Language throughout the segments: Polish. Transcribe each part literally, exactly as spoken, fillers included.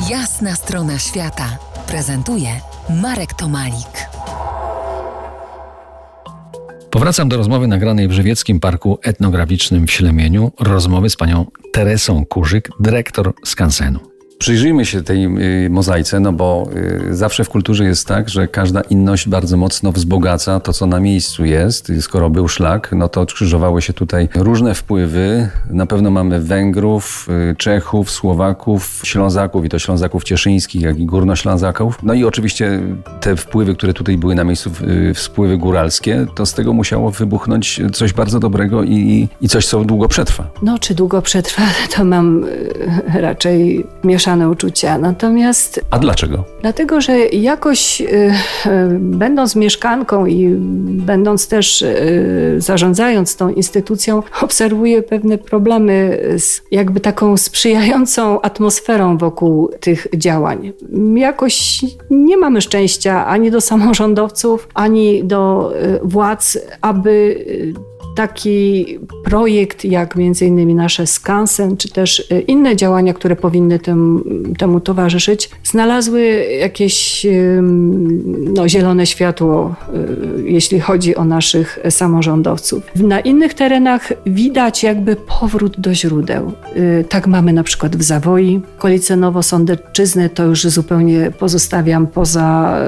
Jasna strona świata prezentuje Marek Tomalik. Powracam do rozmowy nagranej w Żywieckim Parku Etnograficznym w Ślemieniu. Rozmowy z panią Teresą Kurzyk, dyrektor skansenu. Przyjrzyjmy się tej y, mozaice, no bo y, zawsze w kulturze jest tak, że każda inność bardzo mocno wzbogaca to, co na miejscu jest. Skoro był szlak, no to skrzyżowały się tutaj różne wpływy. Na pewno mamy Węgrów, y, Czechów, Słowaków, Ślązaków i to Ślązaków cieszyńskich, jak i Górnoślązaków. No i oczywiście te wpływy, które tutaj były na miejscu, y, wpływy góralskie, to z tego musiało wybuchnąć coś bardzo dobrego i, i coś, co długo przetrwa. No, czy długo przetrwa, to mam y, raczej mieszane uczucia. Natomiast... A dlaczego? Dlatego, że jakoś y, y, będąc mieszkanką i będąc też y, zarządzając tą instytucją, obserwuję pewne problemy z jakby taką sprzyjającą atmosferą wokół tych działań. Jakoś nie mamy szczęścia ani do samorządowców, ani do y, władz, aby y, taki projekt jak między innymi nasze skansen, czy też inne działania, które powinny tym, temu towarzyszyć, znalazły jakieś no, zielone światło, jeśli chodzi o naszych samorządowców. Na innych terenach widać jakby powrót do źródeł. Tak mamy na przykład w Zawoi. Okolice Nowosądeczyzny to już zupełnie pozostawiam poza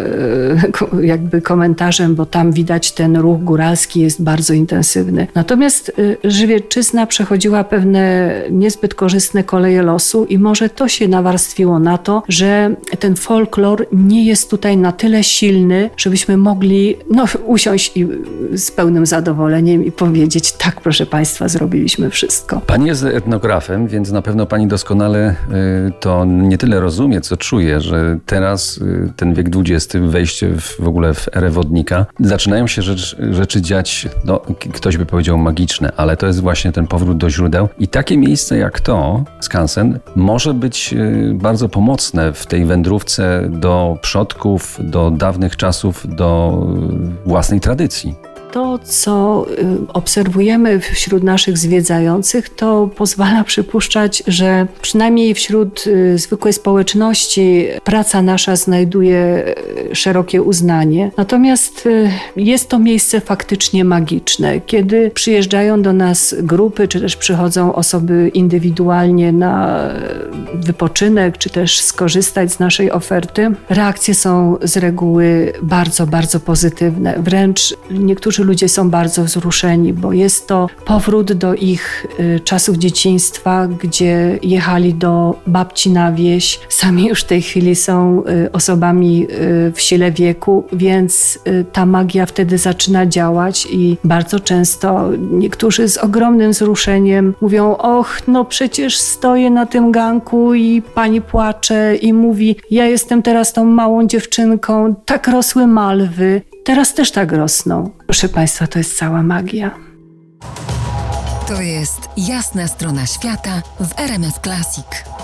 jakby komentarzem, bo tam widać ten ruch góralski jest bardzo intensywny. Natomiast Żywiecczyzna przechodziła pewne niezbyt korzystne koleje losu i może to się nawarstwiło na to, że ten folklor nie jest tutaj na tyle silny, żebyśmy mogli no, usiąść i z pełnym zadowoleniem i powiedzieć: tak, proszę Państwa, zrobiliśmy wszystko. Pani jest etnografem, więc na pewno Pani doskonale y, to nie tyle rozumie, co czuje, że teraz y, ten wiek dwudziesty, wejście w, w ogóle w erę wodnika, zaczynają się rzecz, rzeczy dziać, no, ktoś by powiedział magiczne, ale to jest właśnie ten powrót do źródeł. I takie miejsce jak to, skansen, może być y, bardzo pomocne w tej wędrówce do przodków, do dawnych czasów, do y, własnej tradycji. To, co obserwujemy wśród naszych zwiedzających, to pozwala przypuszczać, że przynajmniej wśród zwykłej społeczności praca nasza znajduje szerokie uznanie. Natomiast jest to miejsce faktycznie magiczne. Kiedy przyjeżdżają do nas grupy, czy też przychodzą osoby indywidualnie na wypoczynek, czy też skorzystać z naszej oferty, reakcje są z reguły bardzo, bardzo pozytywne. Wręcz niektórzy ludzie są bardzo wzruszeni, bo jest to powrót do ich y, czasów dzieciństwa, gdzie jechali do babci na wieś. Sami już w tej chwili są y, osobami y, w sile wieku, więc y, ta magia wtedy zaczyna działać i bardzo często niektórzy z ogromnym wzruszeniem mówią: och, no przecież stoję na tym ganku i pani płacze i mówi: ja jestem teraz tą małą dziewczynką, tak rosły malwy. Teraz też tak rosną. Proszę Państwa, to jest cała magia. To jest Jasna strona świata w R M F Classic.